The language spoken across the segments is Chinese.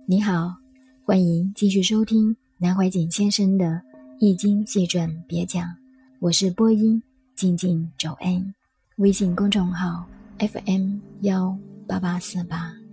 你好，欢迎继续收听南怀瑾先生的《易经细传别讲》，我是播音静静走恩，微信公众号 FM18848。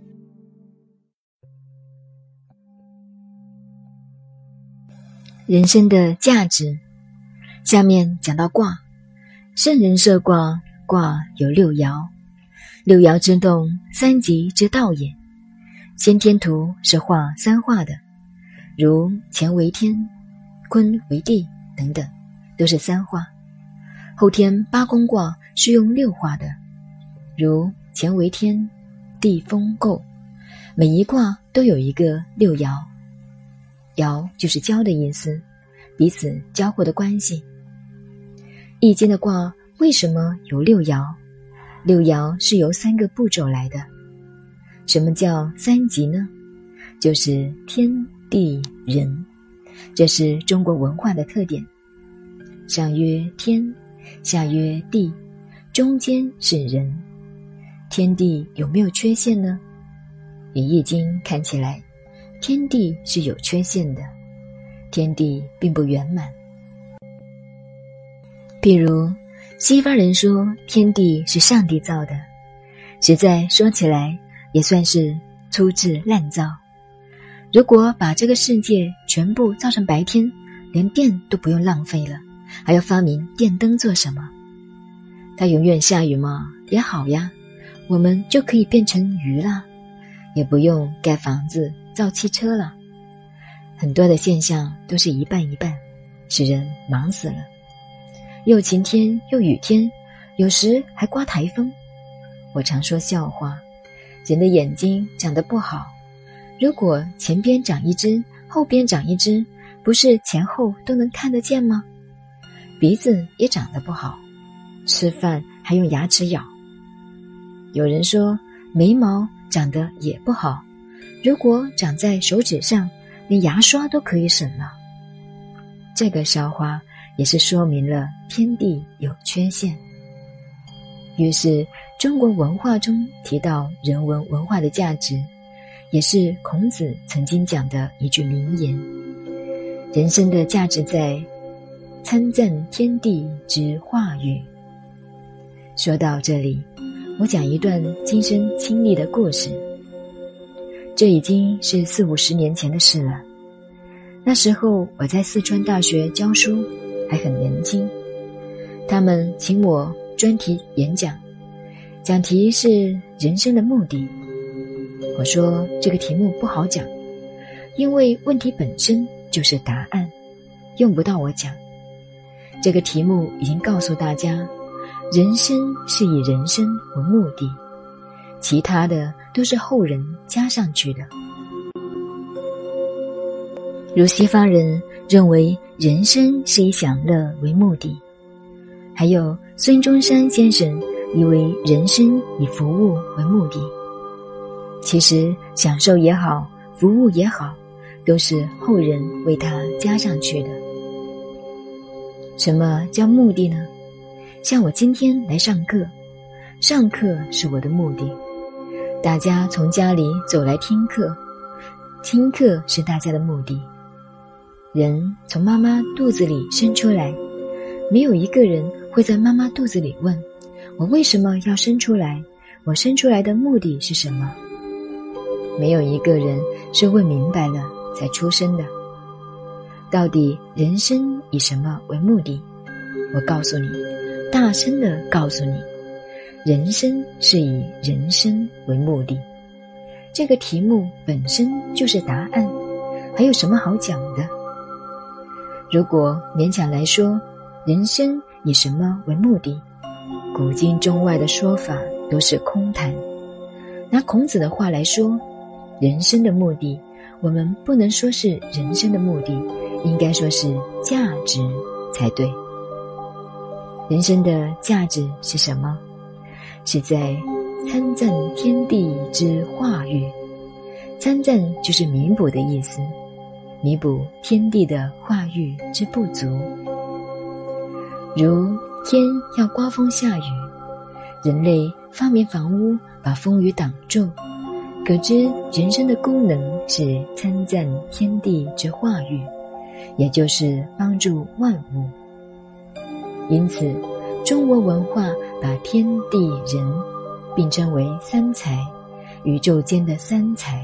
人生的价值，下面讲到卦，圣人设卦，卦有六爻，六爻之动，三极之道也。先天图是画三画的，如乾为天，坤为地等等，都是三画。后天八宫卦是用六画的，如乾为天，地风姤，每一卦都有一个六爻，爻就是交的意思，彼此交互的关系。易经的卦为什么有六爻？六爻是由三个步骤来的。什么叫三极呢？就是天地人，这是中国文化的特点。上曰天，下曰地，中间是人。天地有没有缺陷呢？以易经看起来，天地是有缺陷的，天地并不圆满。譬如西方人说天地是上帝造的，实在说起来也算是粗制滥造。如果把这个世界全部造成白天，连电都不用浪费了，还要发明电灯做什么？它永远下雨嘛，也好呀，我们就可以变成鱼啦，也不用盖房子造汽车了。很多的现象都是一半一半，使人忙死了。又晴天又雨天，有时还刮台风。我常说笑话，人的眼睛长得不好，如果前边长一只，后边长一只，不是前后都能看得见吗？鼻子也长得不好，吃饭还用牙齿咬。有人说眉毛长得也不好，如果长在手指上，连牙刷都可以省了。这个笑话也是说明了天地有缺陷。于是中国文化中提到人文文化的价值，也是孔子曾经讲的一句名言：人生的价值在参赞天地之化育。说到这里，我讲一段亲身经历的故事。这已经是40-50年前的事了。那时候我在四川大学教书，还很年轻。他们请我专题演讲，讲题是人生的目的。我说这个题目不好讲，因为问题本身就是答案，用不到我讲。这个题目已经告诉大家，人生是以人生为目的，其他的都是后人加上去的。如西方人认为人生是以享乐为目的，还有孙中山先生以为人生以服务为目的。其实享受也好，服务也好，都是后人为他加上去的。什么叫目的呢？像我今天来上课，上课是我的目的。大家从家里走来听课，听课是大家的目的。人从妈妈肚子里生出来，没有一个人会在妈妈肚子里问，我为什么要生出来？我生出来的目的是什么？没有一个人是问明白了才出生的。到底人生以什么为目的？我告诉你，大声地告诉你，人生是以人生为目的。这个题目本身就是答案，还有什么好讲的？如果勉强来说，人生以什么为目的？古今中外的说法都是空谈。拿孔子的话来说，人生的目的，我们不能说是人生的目的，应该说是价值才对。人生的价值是什么？是在参赞天地之化育。参赞就是弥补的意思，弥补天地的化育之不足。如天要刮风下雨，人类发明房屋把风雨挡住， 可知人生的功能是参赞天地之化育，也就是帮助万物。因此，中国文化把天地人并称为三才，宇宙间的三才。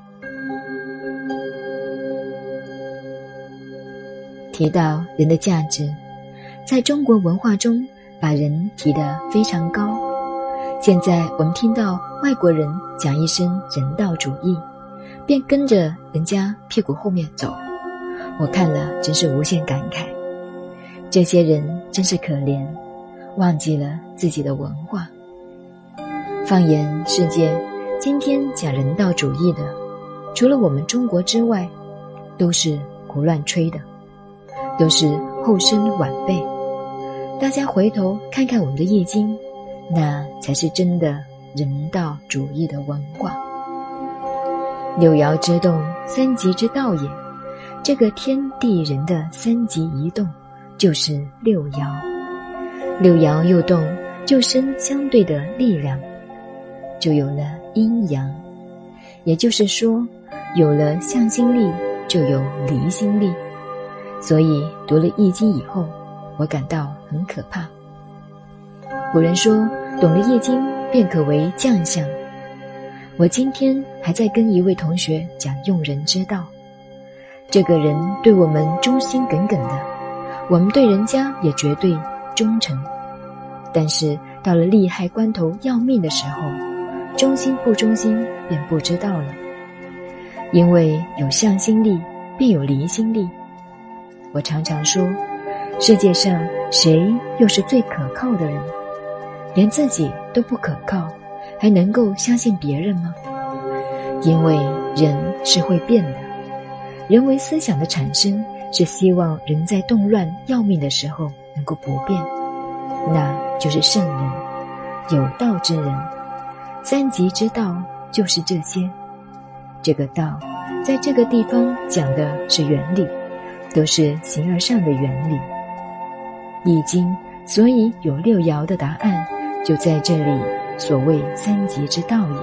提到人的价值，在中国文化中把人提得非常高。现在我们听到外国人讲一声人道主义，便跟着人家屁股后面走，我看了真是无限感慨。这些人真是可怜，忘记了自己的文化。放眼世界，今天讲人道主义的，除了我们中国之外，都是胡乱吹的，都是后生晚辈。大家回头看看我们的易经，那才是真的人道主义的文化。六爻之动，三极之道也。这个天地人的三极移动，就是六爻。六爻又动，就生相对的力量，就有了阴阳。也就是说，有了向心力，就有离心力。所以读了易经以后，我感到很可怕。古人说，懂了易经便可为将相。我今天还在跟一位同学讲用人之道。这个人对我们忠心耿耿的，我们对人家也绝对忠诚。但是到了利害关头要命的时候，忠心不忠心便不知道了。因为有向心力，便有离心力。我常常说，世界上谁又是最可靠的人？连自己都不可靠，还能够相信别人吗？因为人是会变的，人为思想的产生是希望人在动乱要命的时候能够不变，那就是圣人，有道之人。三极之道就是这些。这个道在这个地方讲的是原理，都是形而上的原理。易经所以有六爻的答案，就在这里，所谓三极之道也。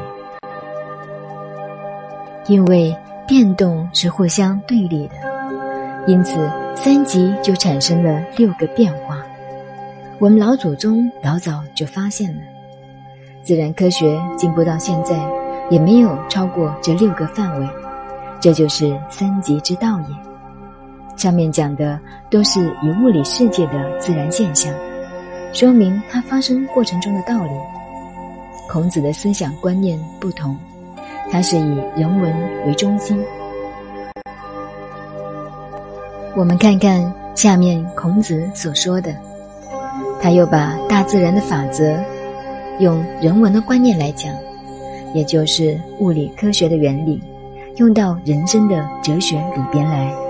因为变动是互相对立的，因此三极就产生了六个变化。我们老祖宗老早就发现了，自然科学进步到现在也没有超过这六个范围，这就是三极之道也。上面讲的都是以物理世界的自然现象，说明它发生过程中的道理。孔子的思想观念不同，他是以人文为中心。我们看看下面孔子所说的，他又把大自然的法则用人文的观念来讲，也就是物理科学的原理，用到人生的哲学里边来。